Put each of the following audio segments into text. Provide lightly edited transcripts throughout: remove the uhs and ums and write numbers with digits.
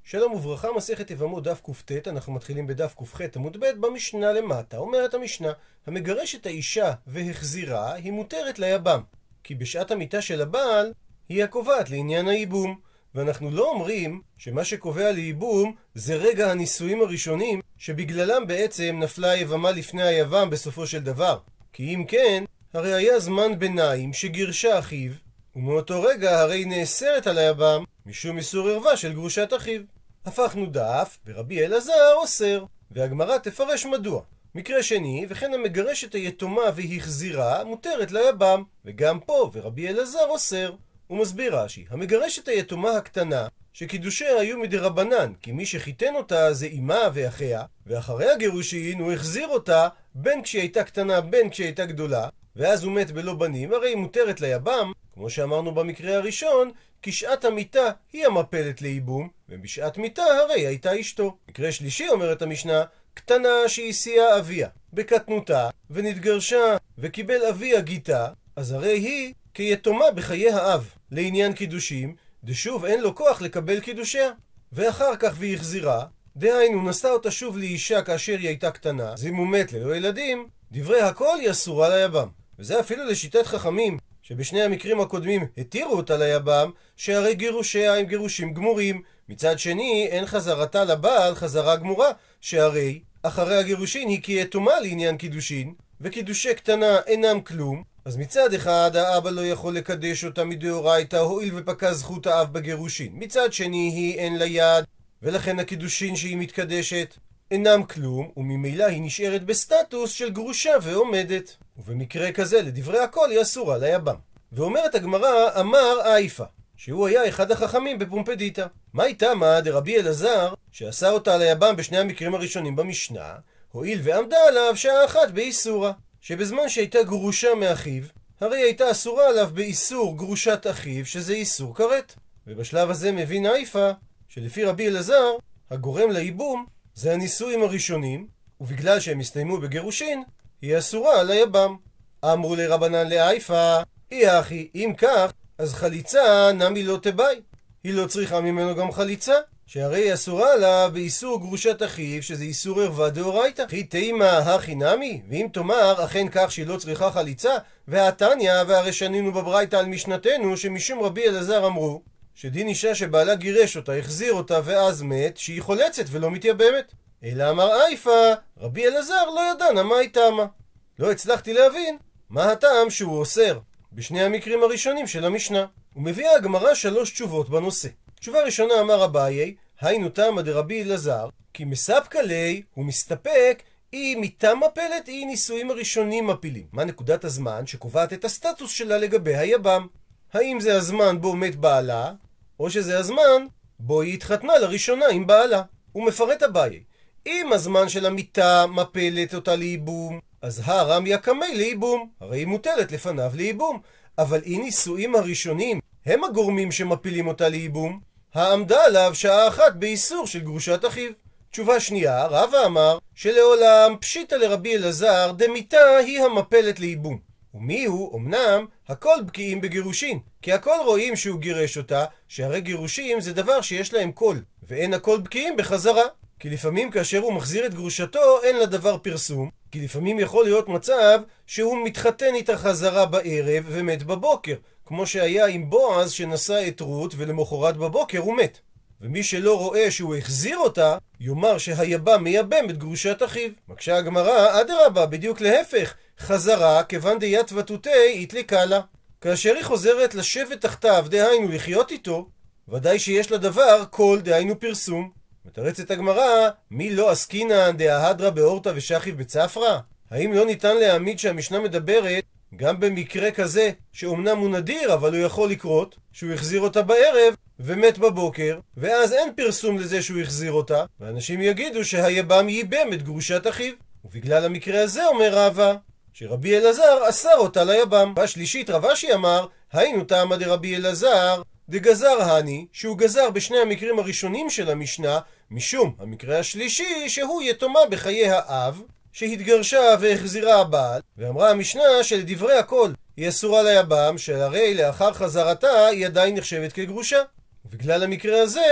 שלום וברכה, מסכת יבמות דף קט, אנחנו מתחילים בדף קח עמוד ב' במשנה למטה. אומרת המשנה, המגרש את האישה והחזירה היא מותרת ליבם, כי בשעת המיטה של הבעל היא הקובעת לעניין הייבום. ואנחנו לא אומרים שמה שקובע לייבום זה רגע הנישואים הראשונים שבגללם בעצם נפלה היבמה לפני היבם בסופו של דבר, כי אם כן, הרי היה זמן ביניים שגירשה אחיו, ומאותו רגע הרי נאסרת על היבם משום איסור ערווה של גרושת אחיו. הפכנו דף, ורבי אלעזר אוסר, והגמרא תפרש מדוע. מקרה שני, וכן המגרש את היתומה והחזירה מותרת ליבם, וגם פה, ורבי אלעזר אוסר. הוא מסביר רש"י, המגרש את היתומה הקטנה, שקידושיה היו מדרבנן, כי מי שחיתן אותה זה אמה ואחיה, ואחרי הגירושין הוא החזיר אותה בין כשהיא הייתה קטנה בין כשהיא הייתה גדולה, ואז הוא מת בלא בנים, הרי היא מותרת ליבם, כמו שאמרנו במקרה הראשון, כי שעת המיטה היא המפלת לייבום, ובשעת מיטה הרי הייתה אשתו. מקרה שלישי, אומרת המשנה, קטנה שהסיעה אביה בקטנותה ונתגרשה וקיבל אביה גיתה, אז הרי היא כיתומה בחיי האב לעניין קידושים, דשוב אין לו כוח לקבל קידושיה, ואחר כך והיא החזירה, דהיינו נשא אותה שוב לאישה כאשר היא הייתה קטנה, אז אם הוא מת ללא ילדים, דברי הכל היא אסורה ליבם. וזה אפילו לשיטת חכמים, שבשני המקרים הקודמים התירו אותה ליבם, שהרי גירושיה הם גירושים גמורים. מצד שני, אין חזרתה לבעל חזרה גמורה, שהרי אחרי הגירושין היא כיתומה לעניין קידושין, וקידושי קטנה אינם כלום. אז מצד אחד האבא לא יכול לקדש אותה מדאורייתא הואיל ופקע זכות האב בגירושין. מצד שני היא אין לה יד, ולכן הקידושין שהיא מתקדשת אינם כלום, וממילא היא נשארת בסטטוס של גרושה ועומדת. ובמקרה כזה לדברי הכל היא אסורה ליבם. ואומרת הגמרא, אמר אייפה, שהוא היה אחד החכמים בפומפדיתא. מה איתמה דרבי אלעזר שעשה אותה ליבם בשני המקרים הראשונים במשנה, הואיל ועמדה עליו שעה אחת באיסורה, שבזמן שהייתה גרושה מאחיו, הרי הייתה אסורה עליו באיסור גרושת אחיו, שזה איסור כרת. ובשלב הזה מבין אייפה שלפי רבי אלעזר הגורם לייבום זה הנישואים הראשונים, ובגלל שהם הסתיימו בגירושין היא אסורה על היבם. אמרו לרבנן לאייפה, אי אחי, אם כך, אז חליצה נמי לא תבאי, היא לא צריכה ממנו גם חליצה, שהרי היא אסורה עליו באיסור גרושת אחיו, שזה איסור ערווה דאורייתא. כי תימה הכי נמי, ואם תאמר אכן כך שהיא לא צריכה חליצה, והתניא, והרי שנינו בברייתא על משנתנו שמשום רבי אלעזר אמרו שדין אישה שבעלה גירש אותה, החזיר אותה ואז מת, שהיא חולצת ולא מתייבמת. אלא אמר אייפה, רבי אלעזר לא ידענה מה היא תמה. לא הצלחתי להבין מה הטעם שהוא אוסר בשני המקרים הראשונים של המשנה. ומביאה הגמרא 3 תשובות בנושא. תשובה ראשונה, אמר אביי, היינו תמה דרבי אלעזר, כי מספקא ליה הוא מסתפק היא מיתה מפלת, היא נישואים הראשונים מפילים. מה נקודת הזמן שקובעת את הסטטוס שלה לגבי היבם? האם זה הזמן בו מת בעלה, או שזה הזמן בו היא התחתנה לראשונה עם בעלה? הוא מפרט אביי, אם הזמן של המיתה מפלת אותה לייבום, אז הרמיה קמי לייבום, הרי היא מוטלת לפניו לייבום. אבל אם נישואים הראשונים הם הגורמים שמפילים אותה לייבום, העמדה עליו שעה אחת באיסור של גרושת אחיו. תשובה שנייה, רבא אמר שלעולם פשיטא לרבי אלעזר דמיתה היא המפלת לייבום. ומי הוא? אמנם הכל בקיאים בגירושין, כי הכל רואים שהוא גירש אותה, שהרי גירושים זה דבר שיש להם קול, ואין הכל בקיאים בחזרה. כי לפעמים כאשר הוא מחזיר את גרושתו אין לדבר פרסום, כי לפעמים יכול להיות מצב שהוא מתחתן איתה חזרה בערב ומת בבוקר, כמו שהיה עם בועז שנשא את רות ולמחרת בבוקר הוא מת. ומי שלא רואה שהוא החזיר אותה, יאמר שהיבם מייבם את גרושת אחיו. מקשה הגמרא, אדרבה, בדיוק להפך, חזרה כיוון דיית ותותי איתלי קלה. כאשר היא חוזרת לשבת תחתיו, דהיינו לחיות איתו, ודאי שיש לדבר קול, דהיינו פרסום. מתרצת הגמרא, מי לא עסקינן דההדרה באורתא ושכיב בצפרא? האם לא ניתן להעמיד שהמשנה מדברת גם במקרה כזה שאומנם הוא נדיר אבל הוא יכול לקרות, שהוא החזיר אותה בערב ומת בבוקר, ואז אין פרסום לזה שהוא החזיר אותה, ואנשים יגידו שהיבם ייבם את גרושת אחיו. ובגלל המקרה הזה אומר רבא שרבי אלעזר אסר אותה ליבם. בשלישית רבשי אמר, היינו תמה דרבי אלעזר דגזר הני, שהוא גזר בשני המקרים הראשונים של המשנה, משום המקרה השלישי שהוא יתומה בחיי האב, שהתגרשה והחזירה הבעל, ואמרה המשנה שלדברי הכל היא אסורה ליבם, שהרי לאחר חזרתה היא עדיין נחשבת כגרושה. ובגלל המקרה הזה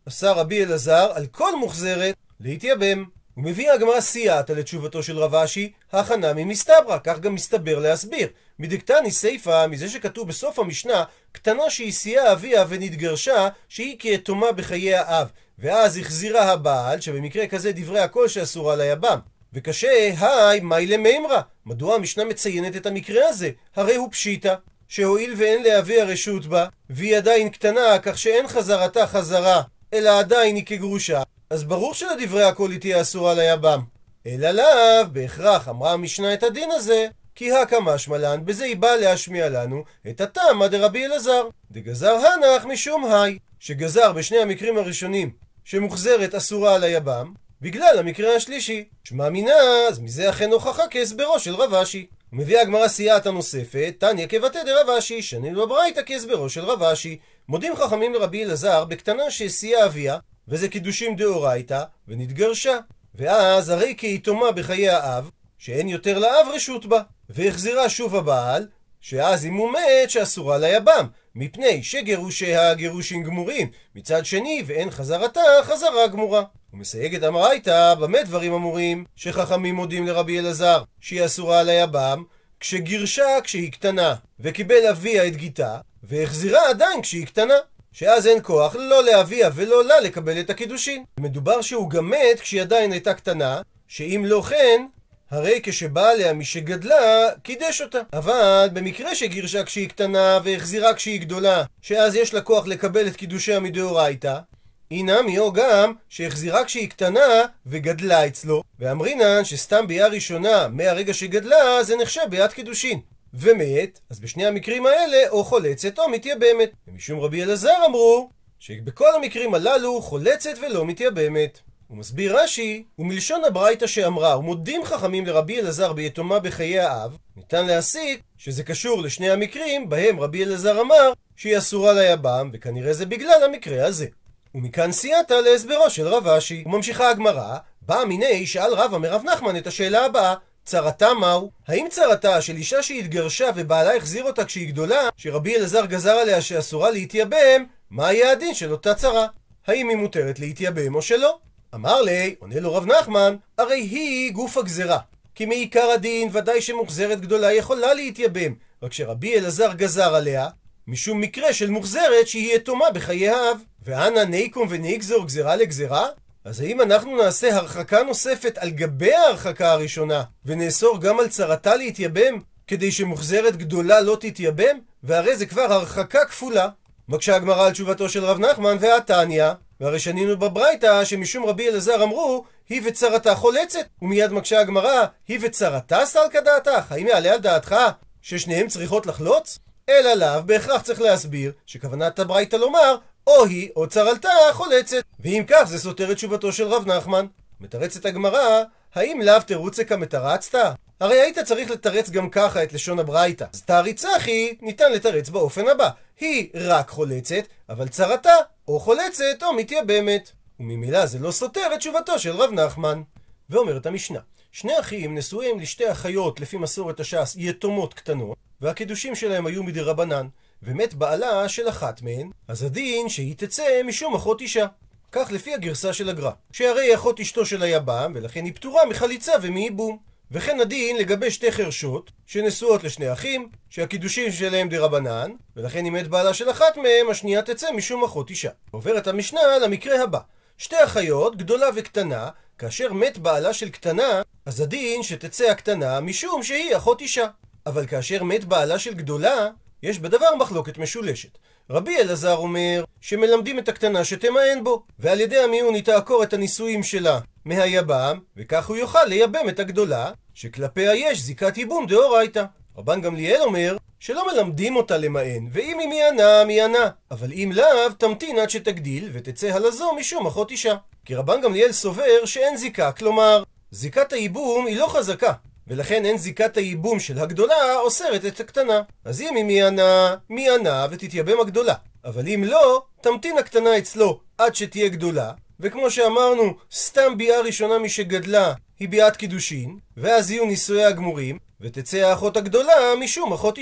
אסר רבי אלעזר על כל מוחזרת להתייבם. ומביאה הגמרא סייעתא לתשובתו של רב אשי, הכנה ממסתברא, כך גם מסתבר להסביר. מדקתני סיפא, מזה שכתוב בסוף המשנה, קטנה שהסיעה אביה ונתגרשה, שהיא כיתומה בחיי האב, ואז החזירה הבעל, שבמקרה כזה דברי הכל שאסורה ליבם. וקשה, היי, מאי למימרא? מדוע המשנה מציינת את המקרה הזה? הרי הוא פשיטא, שהואיל ואין לאביה רשות בה, והיא עדיין קטנה, כך שאין חזרתה חזרה, אלא עדיין היא כגרושה, אז ברור שלדברי הכל היא תהיה אסורה ליבם. אלא לאו, בהכרח אמרה המשנה את הדין הזה, כי הקא משמע לן, בזה היא באה להשמיע לנו את הטעמא דרבי אלעזר. דגזר הנח משום היי, שגזר בשני המקרים הראשונים שמוחזרת אסורה על היבם, בגלל המקרה השלישי. שמע מינה, אז מזה אכן הוכחה כהסברו של רב אשי. ומביאה הגמרא סייעתא נוספת, תניא כבתא דרב אשי, שנינו בברייתא כהסברו של רב אשי. מודים חכמים לרבי אלעזר בקטנה שהסיעה אביה, וזה קידושים דאורייתא, ונתגרשה. ואז הרי כיתומה בחיי האב, שאין יותר לאב רשות בה, והחזירה שוב הבעל, שאז היא מומעת שאסורה ליבם, מפני שגירושיה גירושים גמורים, מצד שני ואין חזרתה חזרה גמורה. ומסייגת אמרייתא, במה דברים אמורים שחכמים מודים לרבי אלעזר שהיא אסורה ליבם, כשגירשה כשהיא קטנה, וקיבל אביה את גיתה, והחזירה עדיין כשהיא קטנה, שאז אין כוח לא לאביה ולא לה לקבל את הקידושין. מדובר שהוא גם מת כשהיא עדיין הייתה קטנה, שאם לא כן, הרי כשבא עליה מי שגדלה, קידש אותה. אבל במקרה שגירשה כשהיא קטנה והחזירה כשהיא גדולה, שאז יש לה כוח לקבל את קידושיה מדאורייתא, אינמי או גם שהחזירה כשהיא קטנה וגדלה אצלו, ואמרינן שסתם ביאה ראשונה מהרגע שגדלה זה נחשב ביאת קידושין. ומת, אז בשני המקרים האלה או חולצת או מתייבמת. ומשום רבי אלעזר אמרו שבכל המקרים הללו חולצת ולא מתייבמת. הוא מסביר רש"י, ומלשון הברייתא שאמרה ומודים חכמים לרבי אלעזר ביתומה בחיי האב, ניתן להסיק שזה קשור לשני המקרים בהם רבי אלעזר אמר שהיא אסורה ליבם, וכנראה זה בגלל המקרה הזה. ומכאן סייעתא להסברו של רב אשי. וממשיכה הגמרא, בא מיני שאל רבא מרב נחמן את השאלה הבאה, צרתה מהו? האם צרתה של אישה שהתגרשה ובעלה החזיר אותה כשהיא גדולה, שרבי אלעזר גזר עליה שאסורה להתייבם, מה יהיה הדין של אותה צרה? האם היא מותרת להתייבם או שלא? אמר לי, עונה לו רב נחמן, הרי היא גוף הגזרה, כי מעיקר הדין ודאי שמוחזרת גדולה יכולה להתייבם, רק שרבי אלעזר גזר עליה משום מקרה של מוחזרת שהיא יתומה בחיי האב. ואנה ניקום ונגזור גזרה לגזרה? אז האם אנחנו נעשה הרחקה נוספת על גבי ההרחקה הראשונה, ונאסור גם על צרתה להתייבם, כדי שמוחזרת גדולה לא תתייבם? והרי זה כבר הרחקה כפולה. מקשה הגמרא על תשובתו של רב נחמן והתניא, והרי שנינו בברייתא שמשום רבי אלעזר אמרו, היא וצרתה חולצת. ומיד מקשה הגמרא, היא וצרתה סלקא דעתך? האם יעלה על דעתך ששניהם צריכות לחלוץ? אלא לאו, בהכרח צריך להסביר שכוונת הברייתא לומר או היא או צרלתה חולצת, ואם כך זה סותר את תשובתו של רב נחמן. מתרצת הגמרא, האם לאו תרוצה כמתרצת? הרי היית צריך לתרץ גם ככה את לשון הברייתא. אז תריצחי ניתן לתרץ באופן הבא, היא רק חולצת, אבל צרתה או חולצת או מתייבמת. וממילא זה לא סותר את תשובתו של רב נחמן. ואומרת המשנה, שני אחים נשואים לשתי אחיות לפי מסורת הש"ס יתומות קטנות, והקידושים שלהם היו מדרבנן, ומת בעלה של אחת מהן, אז הדין שהיא תצא משום אחות אישה. כך לפי הגרסה של הגר"א, שהרי היא אחות אשתו של היבם, ולכן היא פטורה מחליצה ומייבום. וכן הדין לגבי שתי חרשות שנשואות לשני אחים, שהקידושים שלהם דרבנן, ולכן אם מת בעלה של אחת מהם, השנייה תצא משום אחות אישה. עוברת המשנה למקרה הבא, שתי אחיות, גדולה וקטנה, כאשר מת בעלה של קטנה, אז הדין שתצא הקטנה משום שהיא אחות אישה. אבל כאשר מת בעלה של גדולה, יש בדבר מחלוקת משולשת. רבי אלעזר אומר שמלמדים את הקטנה שתמען בו, ועל ידי המיון היא תעקור את הנישואים שלה מהיבם, וכך הוא יוכל לייבם את הגדולה, שכלפיה יש זיקת ייבום דאורייתא. רבן גמליאל אומר שלא מלמדים אותה למען, ואם היא מיענה, מיענה, אבל אם לאו, תמתין עד שתגדיל ותצא הלזו משום אחות אישה. כי רבן גמליאל סובר שאין זיקה, כלומר זיקת הייבום היא לא חזקה, ולכן אין זיקת הייבום של הגדולה אוסרת את הקטנה. אז אם היא מיענה, מיענה ותתייבם הגדולה, אבל אם לא, תמתין הקטנה אצלו עד שתהיה גדולה, וכמו שאמרנו, סתם ביאה ראשונה משגדלה היא ביאת קידושין, ואז יהיו נישואי הגמורים, ותצא האחות הגדולה משום אחות אישה.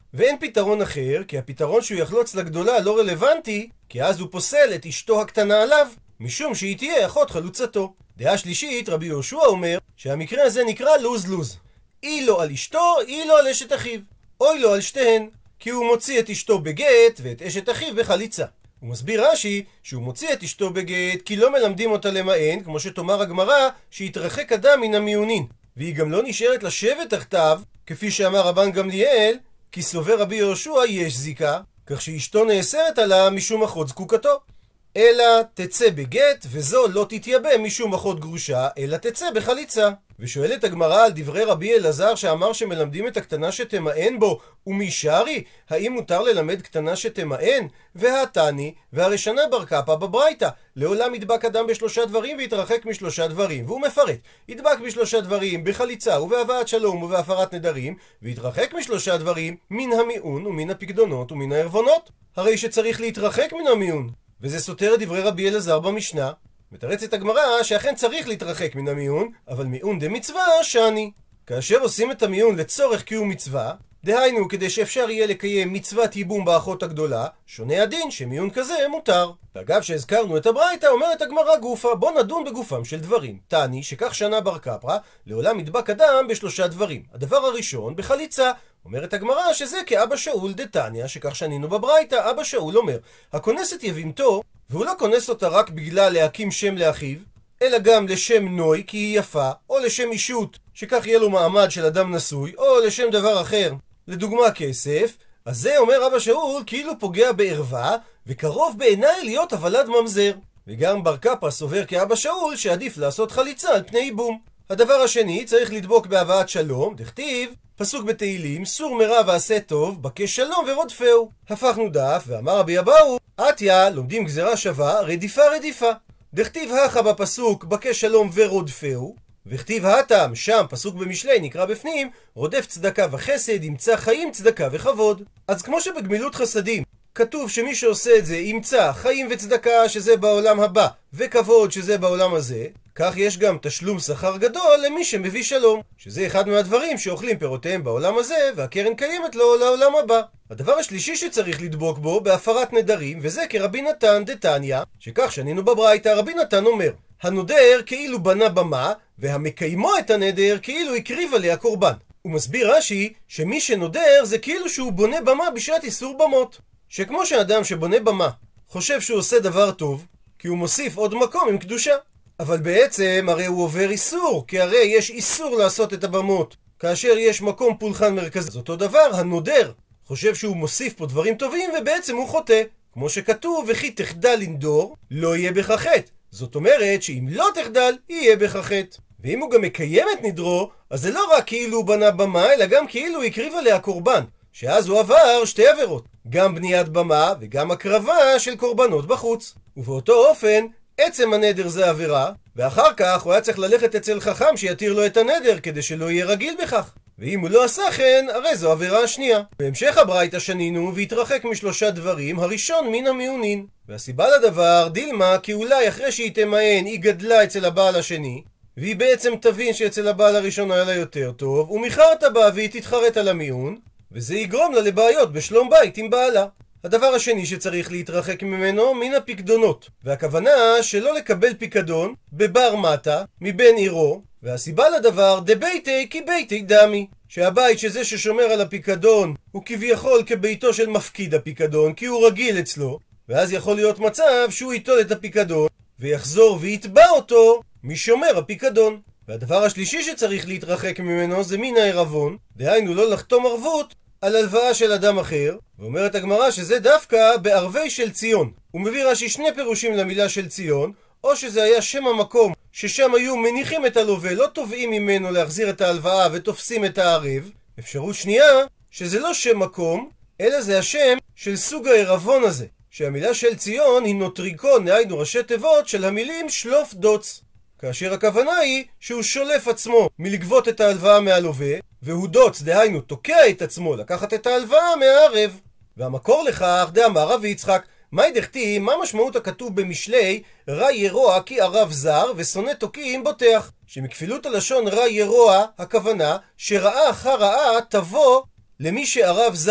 ואין פתרון אחר, כי הפתרון שהוא יחלוץ לגדולה לא רלוונטי, כי אז הוא פוסל את אשתו הקטנה עליו, משום שהיא תהיה אחות חלוצתו. דעה שלישית, רבי יהושע אומר שהמקרה הזה נקרא לוז-לוז. אי לו על אשתו, אי לו על אשת אחיו. אוי לו על שתיהן, כי הוא מוציא את אשתו בגט ואת אשת אחיו בחליצה. הוא מסביר רש"י שהוא מוציא את אשתו בגט כי לא מלמדים אותה למען, כמו שתאמר הגמרא שהתרחק אדם מן המיונין. והיא גם לא נשארת לשבת תחתיו, כפי שאמר רבן גמליאל, כי סובר רבי יהושע יש זיקה, כך שאשתו נאסרת עליו משום אחות זקוקתו. אלא תצא בגט, וזו לא תתייבא משום אחות גרושה, אלא תצא בחליצה. ושואלת הגמרא על דברי רבי אלעזר שאמר שמלמדים את הקטנה שתמאן בו, ומי שרי? האם מותר ללמד קטנה שתמאן? והתני, והרשנה בר קפא בברייתא, לעולם ידבק אדם בשלושה דברים ויתרחק משלושה דברים. והוא מפרט, ידבק בשלושה דברים, בחליצה ובהבאת שלום ובהפרת נדרים, ויתרחק משלושה דברים, מן המיעון ומן הפקדונות ומן הערבונות. הרי שצריך להתרחק מן המיעון. וזה סותר את דברי רבי אלעזר במשנה. מתרצת הגמרא שאכן צריך להתרחק מן המיעון, אבל מיעון דמצווה שני. כאשר עושים את המיעון לצורך קיום מצווה, דהיינו כדי שאפשר יהיה לקיים מצוות ייבום באחות הגדולה, שונה הדין שמיעון כזה מותר. ואגב שהזכרנו את הברייתא, אומרת הגמרא גופה, בוא נדון בגופם של דברים. תני, שכך שנה בר קפרא, לעולם ידבק אדם בשלושה דברים. הדבר הראשון, בחליצה. אומרת הגמרא שזה כאבא שאול דתניא, שכך שנינו בברייתא. אבא שאול אומר, הכונס את יבימתו, והוא לא כונס אותה רק בגלל להקים שם לאחיו, אלא גם לשם נוי כי היא יפה, או לשם אישות שכך יהיה לו מעמד של אדם נשוי, או לשם דבר אחר, לדוגמה כסף. אז זה אומר אבא שאול כאילו פוגע בערווה, וקרוב בעיניי להיות הוולד ממזר. וגם בר קפרא סובר כאבא שאול שעדיף לעשות חליצה על פני ייבום. הדבר השני, צריך לדבוק בהבאת שלום, דכתיב פסוק בתהילים, סור מרע ועשה טוב, בקש שלום ורודפהו. הפכנו דף, ואמר רבי אבאו, עתיה, לומדים גזרה שווה, רדיפה רדיפה. דכתיב הכה בפסוק, בקש שלום ורודפהו, וכתיב התם, שם פסוק במשלי נקרא בפנים, רודף צדקה וחסד, ימצא חיים צדקה וכבוד. אז כמו שבגמילות חסדים כתוב שמי שעושה את זה ימצא חיים וצדקה שזה בעולם הבא, וכבוד שזה בעולם הזה, כך יש גם תשלום שכר גדול למי שמביא שלום, שזה אחד מהדברים שאוכלים פירותיהם בעולם הזה, והקרן קיימת לו לעולם הבא. הדבר השלישי שצריך לדבוק בו בהפרת נדרים, וזה כרבי נתן דתניא, שכך שנינו בברייתא. רבי נתן אומר, הנודר כאילו בנה במה, והמקיימו את הנדר כאילו הקריב עליה קורבן. הוא מסביר רש"י שמי שנודר זה כאילו שהוא בונה במה בשעת איסור במות, שכמו שאדם שבונה במה חושב שהוא עושה דבר טוב, כי הוא מוסיף עוד מקום עם קדושה, אבל בעצם הרי הוא עובר איסור, כי הרי יש איסור לעשות את הבמות כאשר יש מקום פולחן מרכזי. אז אותו דבר, הנודר חושב שהוא מוסיף פה דברים טובים ובעצם הוא חוטא, כמו שכתוב וכי תחדל לנדור לא יהיה בך חטא. זאת אומרת שאם לא תחדל יהיה בך חטא. ואם הוא גם מקיים את נדרו, אז זה לא רק כאילו הוא בנה במה, אלא גם כאילו הקריב עליה קורבן, שאז הוא עבר שתי עבירות, גם בניית במה וגם הקרבה של קורבנות בחוץ. ובאותו אופן עצם הנדר זה עבירה, ואחר כך הוא היה צריך ללכת אצל חכם שיתיר לו את הנדר כדי שלא יהיה רגיל בכך, ואם הוא לא עשה כן, הרי זו עבירה השנייה. בהמשך הברייתא שנינו והתרחק משלושה דברים, הראשון מן המיעונין. והסיבה לדבר דילמה כי אולי אחרי שהיא תמאן היא גדלה אצל הבעל השני, והיא בעצם תבין שאצל הבעל הראשון היה לה יותר טוב, ומחרת בה והיא תתחרט על המיעון, וזה יגרום לה לבעיות בשלום בית עם בעלה. הדבר השני שצריך להתרחק ממנו מן הפיקדונות, והכוונה שלא לקבל פיקדון בבר מטה מבין עירו, והסיבה לדבר דביתי כי ביתי דמי, שהבית שזה ששומר על הפיקדון הוא כביכול כביתו של מפקיד הפיקדון, כי הוא רגיל אצלו, ואז יכול להיות מצב שהוא ייטול את הפיקדון ויחזור ויתבע אותו משומר הפיקדון. והדבר השלישי שצריך להתרחק ממנו זה מן הערבון, דהיינו לא לחתום ערבות על הלוואה של אדם אחר, ואומרת הגמרא שזה דווקא בערבי של ציון. הוא מביא רש"י שני פירושים למילה של ציון, או שזה היה שם המקום ששם היו מניחים את הלווה, לא תובעים ממנו להחזיר את ההלוואה ותופסים את הערב. אפשרות שנייה, שזה לא שם מקום, אלא זה השם של סוג הערבון הזה, שהמילה של ציון היא נוטריקון, דהיינו ראשי תיבות של המילים שלוף דוץ, כאשר הכוונה היא שהוא שולף עצמו מלגבות את ההלוואה מהלווה, והוא דוץ, דהיינו תוקע את עצמו לקחת את ההלוואה מהערב. והמקור לכך דאמר רבי יצחק, מהי דכתיב, מה משמעות הכתוב במשלי רע ירוע כי ערב זר ושונא תוקעים בוטח, שמכפילות הלשון רע ירוע הכוונה שרעה אחר רעה תבוא למי שערב זר.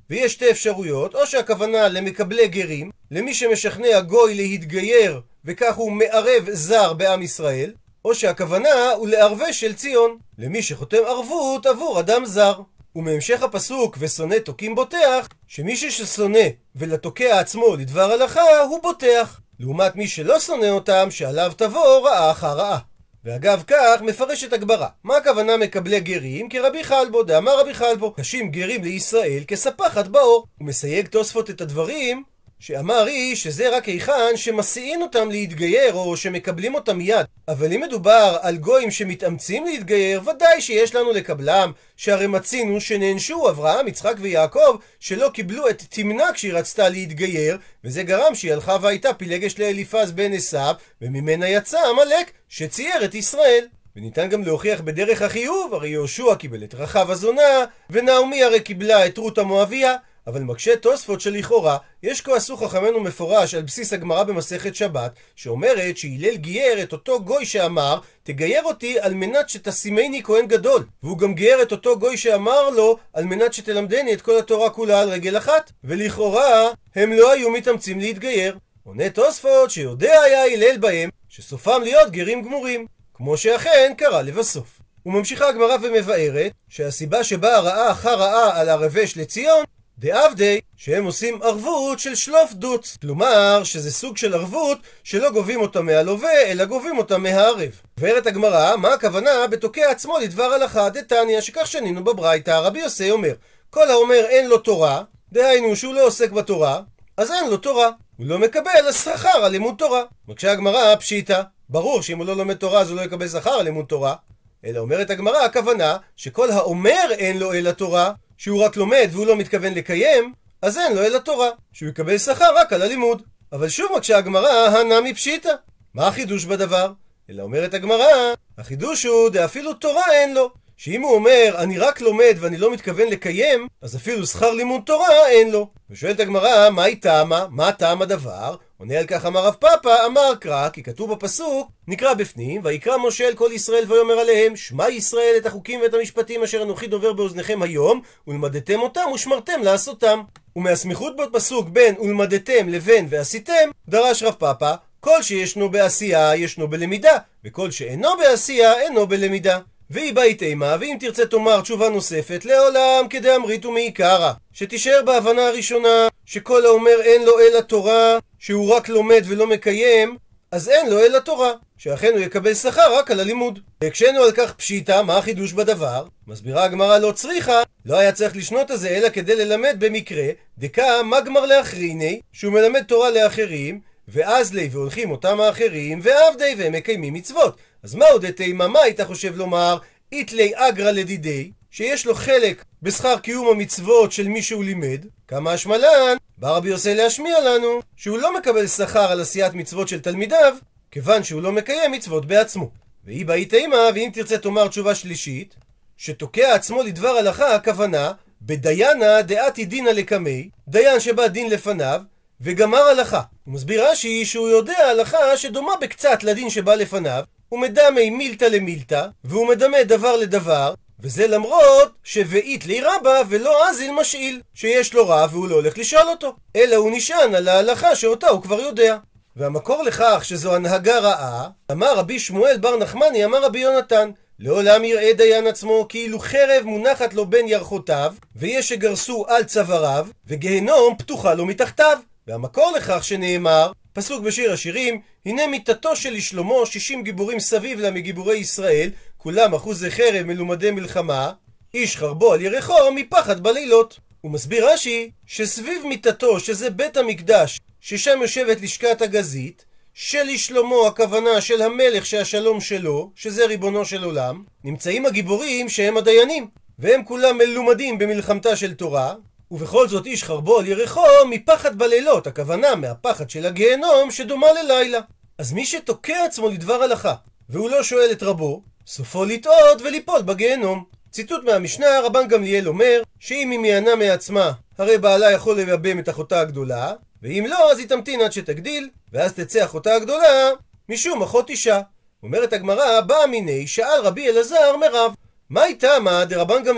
ויש שתי אפשרויות, או שהכוונה למקבלי גרים, למי שמשכנע גוי להתגייר וכך הוא מערב זר בעם ישראל, או שהכוונה הוא לערבי של ציון, למי שחותם ערבות עבור אדם זר. ומהמשך הפסוק ושונא תוקים בוטח, שמי ששונא ולתוקע עצמו לדבר הלכה הוא בוטח, לעומת מי שלא שונא אותם שעליו תבוא רעה אחר רעה. ואגב כך מפרשת הגמרא, מה הכוונה מקבלי גרים? כרבי חלבו, דאמר רבי חלבו, קשים גרים לישראל כספחת באור. הוא מסייג תוספות את הדברים שאמר איש שזה רק היכן שמסיעים אותם להתגייר או שמקבלים אותם מיד. אבל אם מדובר על גויים שמתאמצים להתגייר, ודאי שיש לנו לקבלם, שהרי מצינו שנענשו אברהם, יצחק ויעקב שלא קיבלו את תמנה כשהיא רצתה להתגייר, וזה גרם שהיא הלכה והייתה פילגש לאליפז בן עשיו, וממנה יצא עמלק שצייר את ישראל. וניתן גם להוכיח בדרך החיוב, הרי יהושע קיבל את רחב הזונה, ונעמי הרי קיבלה את רות המואביה. אבל מקשה תוספות שלכאורה יש כועסו חכמנו מפורש על בסיס הגמרא במסכת שבת, שאומרת שהלל גייר את אותו גוי שאמר תגייר אותי על מנת שתשימני כהן גדול, והוא גם גייר את אותו גוי שאמר לו על מנת שתלמדני את כל התורה כולה על רגל אחת, ולכאורה הם לא היו מתאמצים להתגייר. עונה תוספות שיודע היה הלל בהם שסופם להיות גרים גמורים, כמו שאכן קרה לבסוף. וממשיכה הגמרא ומבארת שהסיבה שבה הרעה אחר רעה על ערבש לציון דאבדי שהם עושים ערבות של שלוף דוץ, כלומר שזה סוג של ערבות שלא גובים אותה מהלווה אלא גובים אותה מהערב. מבארת הגמרא מה הכוונה בתוקע עצמו לדבר הלכה דתניא, שכך שנינו בברייתא. רבי יוסי אומר כל האומר אין לו תורה, דהיינו שהוא לא עוסק בתורה, אז אין לו תורה, הוא לא מקבל שכר על לימוד תורה. מקשה הגמרא פשיטא, ברור שאם הוא לא לומד תורה אז הוא לא יקבל שכר על לימוד תורה, אלא אומרת הגמרא הכוונה שכל האומר אין לו אלא תורה, שהוא רק לומד והוא לא מתכוון לקיים, אז אין לו אלא תורה, שהוא יקבל שכר רק על הלימוד. אבל שוב מקשה הגמרא הנמי פשיטא, מה החידוש בדבר? אלא אומרת הגמרא החידוש הוא דאפילו תורה אין לו, שאם הוא אומר אני רק לומד ואני לא מתכוון לקיים, אז אפילו שכר לימוד תורה אין לו. ושואלת הגמרא מה היא טעמה? מה טעם הדבר? עונה על כך אמר רב פאפא אמר קרא, כי כתוב בפסוק נקרא בפנים ויקרא משה אל כל ישראל ויאמר עליהם שמע ישראל את החוקים ואת המשפטים אשר אנוכי דובר באוזניכם היום ולמדתם אותם ושמרתם לעשותם. ומהסמיכות בפסוק בין ולמדתם לבין ועשיתם דרש רב פאפא כל שישנו בעשייה ישנו בלמידה, וכל שאינו בעשייה אינו בלמידה. והיא בית אימה, ואם תרצה תאמר תשובה נוספת לעולם כדאמרית ומעיקרא, שתישאר בהבנה הראשונה שכל האומר אין לו אלא תורה, שהוא רק לומד ולא מקיים, אז אין לו אלא תורה, שאכן הוא יקבל שכר רק על הלימוד. והקשנו על כך פשיטא, מה החידוש בדבר? מסבירה הגמרא לא צריכה, לא היה צריך לשנות את זה אלא כדי ללמד במקרה דקה מגמר לאחריני, שהוא מלמד תורה לאחרים, ואז לי והולכים אותם האחרים ועבדי והם מקיימים מצוות. אז מהו דתימה? מה היית חושב לומר? איתלי אגרא לדידי, שיש לו חלק בשכר קיום המצוות של מי שהוא לימד, כמה השמלן בא רבי יוסי להשמיע לנו שהוא לא מקבל שכר על עשיית מצוות של תלמידיו, כיוון שהוא לא מקיים מצוות בעצמו. והיא בית אימה, ואם תרצה תאמר תשובה שלישית, שתוקע עצמו לדבר הלכה הכוונה בדיינה דעתי דינא לקמי, דיין שבא דין לפניו וגמר הלכה. הוא מסביר רש"י שהוא יודע הלכה שדומה בקצת לדין שבא לפניו, הוא מדמה מילתא למילתא, והוא מדמה דבר לדבר, וזה למרות שבאית לי רבה ולא אזיל משאיל, שיש לו רב והוא לא הולך לשאול אותו, אלא הוא נשען על ההלכה שאותה הוא כבר יודע. והמקור לכך שזו הנהגה רעה, אמר רבי שמואל בר נחמני אמר רבי יונתן, לעולם יראה דיין עצמו כאילו חרב מונחת לו בין ירחותיו, ויש שגרסו על צוואריו, וגהנום פתוחה לו מתחתיו. והמקור לכך שנאמר, פסוק בשיר השירים, הנה מיתתו של שלמה 60 גיבורים סביב לה מגיבורי ישראל, כולם אחוזי חרב מלומדי מלחמה, איש חרבו על ירחו מפחד בלילות. הוא מסביר רש"י שסביב מיתתו, שזה בית המקדש, ששם יושבת לשכת הגזית, של שלמה הכוונה של המלך שהשלום שלו, שזה ריבונו של עולם, נמצאים הגיבורים שהם הדיינים, והם כולם מלומדים במלחמתה של תורה, ובכל זאת איש חרבו על ירחו מפחד בלילות, הכוונה מהפחד של הגהנום שדומה ללילה. אז מי שתוקע עצמו לדבר הלכה והוא לא שואל את רבו, סופו לטעות וליפול בגהנום. ציטוט מהמשנה, רבן גמליאל אומר שאם היא מיענה מעצמה הרי בעלה יכול לייבם את אחותה הגדולה, ואם לא אז היא תמתין עד שתגדיל, ואז תצא אחותה הגדולה משום אחות אישה. אומרת הגמרא באה מיני שאל רבי אלעזר מרב, מה איתה מה דרבן גמליאל?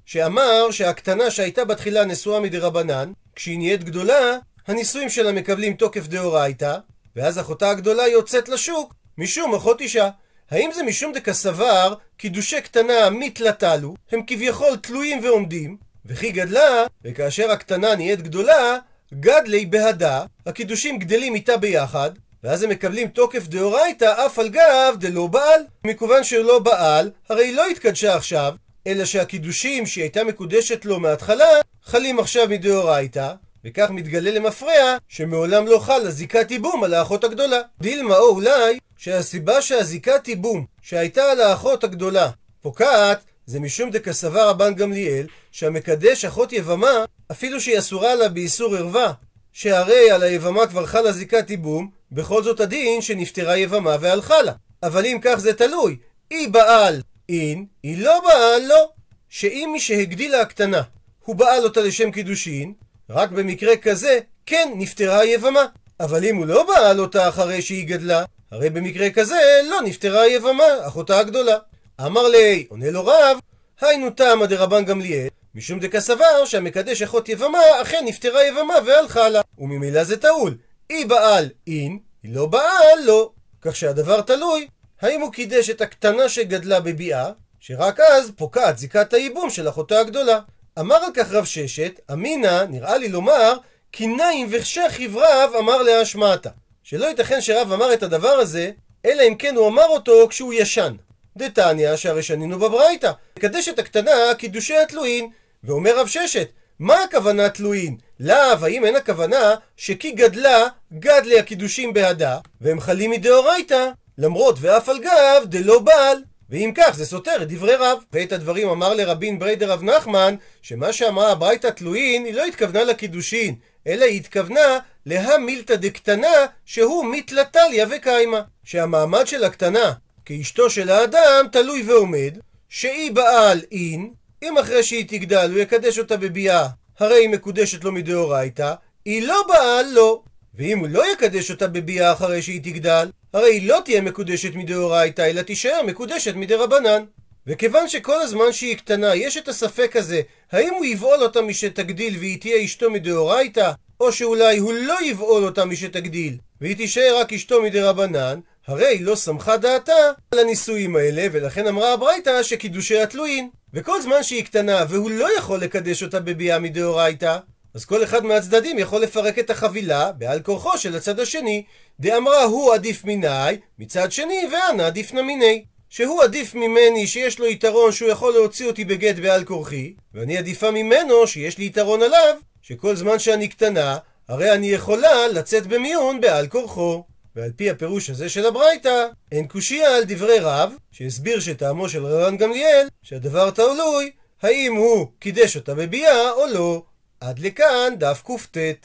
שאמר שהקטנה שהייתה בתחילה נשואה מדרבנן, כשהיא נהיית גדולה, הנישואים שלה מקבלים תוקף דאורייתא, ואז אחותה הגדולה יוצאת לשוק משום אחות אישה. האם זה משום דקסבר קידושי קטנה מתלתלו, הם כביכול תלויים ועומדים, וכי גדלה, וכאשר הקטנה נהיית גדולה, גדלי בהדה, הקידושים גדלים איתה ביחד, ואז הם מקבלים תוקף דאורייתא אף על גב דלא בעל. מכיוון שהוא לא בעל, הרי היא לא התקדשה עכשיו, אלא שהקידושים שהיא הייתה מקודשת לו מההתחלה, חלים עכשיו מדאורייתא, וכך מתגלה למפרע שמעולם לא חל הזיקת ייבום על האחות הגדולה. דילמה או אולי שהסיבה שהזיקת ייבום שהייתה על האחות הגדולה פוקעת, זה משום דקסבר רבן גמליאל שהמקדש אחות יבמה, אפילו שהיא אסורה לה באיסור ערווה, שהרי על היבמה כבר חלה זיקת ייבום, בכל זאת הדין שנפטרה יבמה והלכה לה. אבל אם כך זה תלוי, היא בעל אין, היא לא בעל לא. שאם מי שהגדילה הקטנה הוא בעל אותה לשם קידושין, רק במקרה כזה כן נפטרה היבמה. אבל אם הוא לא בעל אותה אחרי שהיא גדלה, הרי במקרה כזה לא נפטרה היבמה, אחותה הגדולה. אמר לי, עונה לו רב, היינו תמה דרבן גמליאל, משום דקסבר שהמקדש אחות יבמה אכן נפטרה יבמה והלכה לה, וממילא זה טעול. היא בעל אין, היא לא בעל לא. כך שהדבר תלוי האם הוא קידש את הקטנה שגדלה בביאה, שרק אז פוקעת זיקת הייבום של אחותה הגדולה. אמר על כך רב ששת, אמינה נראה לי לומר כי נעים וחשך רב אמר להשמעתה, שלא ייתכן שרב אמר את הדבר הזה אלא אם כן הוא אמר אותו כשהוא ישן. דתניא שהרי שנינו בברייתא, מקדש את הקטנה קידושי התלוין. ואומר רב ששת, מה הכוונה תלוין? לאו, האם אין הכוונה שכי גדלה גדלי הקידושים בהדה והם חלים מדאורייתא, למרות ואף על גב דלא בעל. ואם כך זה סותר את דברי רב. ואת הדברים אמר לרבין ברי דרב נחמן, שמה שאמרה הברייתא תלוין היא לא התכוונה לקידושין, אלא היא התכוונה להמילתא דקטנה שהוא מתלתליה וקיימה, שהמעמד של הקטנה כאשתו של האדם תלוי ועומד, שהיא בעל אין, אם אחרי שהיא תגדל הוא יקדש אותה בביאה, הרי היא מקודשת לו מדאורייתא, היא לא בעל לא. ואם הוא לא יקדש אותה בביאה אחרי שהיא תגדל, הרי היא לא תהיה מקודשת מדאורייתא, אלא תישאר מקודשת מדרבנן. וכיוון שכל הזמן שהיא קטנה יש את הספק הזה, האם הוא יבעול אותה משתגדיל והיא תהיה אשתו מדאורייתא, או שאולי הוא לא יבעול אותה משתגדיל והיא תישאר רק אשתו מדרבנן, הרי היא לא שמחה דעתה על הנישואים האלה, ולכן אמרה הברייתא שקידושי התלוין. וכל זמן שהיא קטנה והוא לא יכול לקדש אותה בביאה מדאורייתא, אז כל אחד מהצדדים יכול לפרק את החבילה בעל כורחו של הצד השני. דאמרה הוא עדיף מיני מצד שני ואנה עדיף נמיני, שהוא עדיף ממני שיש לו יתרון שהוא יכול להוציא אותי בגט בעל כורחי, ואני עדיפה ממנו שיש לי יתרון עליו שכל זמן שאני קטנה הרי אני יכולה לצאת במיון בעל כורחו. ועל פי הפירוש הזה של הברייתא אין קושיה על דברי רב שהסביר שטעמו של רבן גמליאל שהדבר תלוי האם הוא קידש אותה בביאה או לא. עד לכאן דף קט.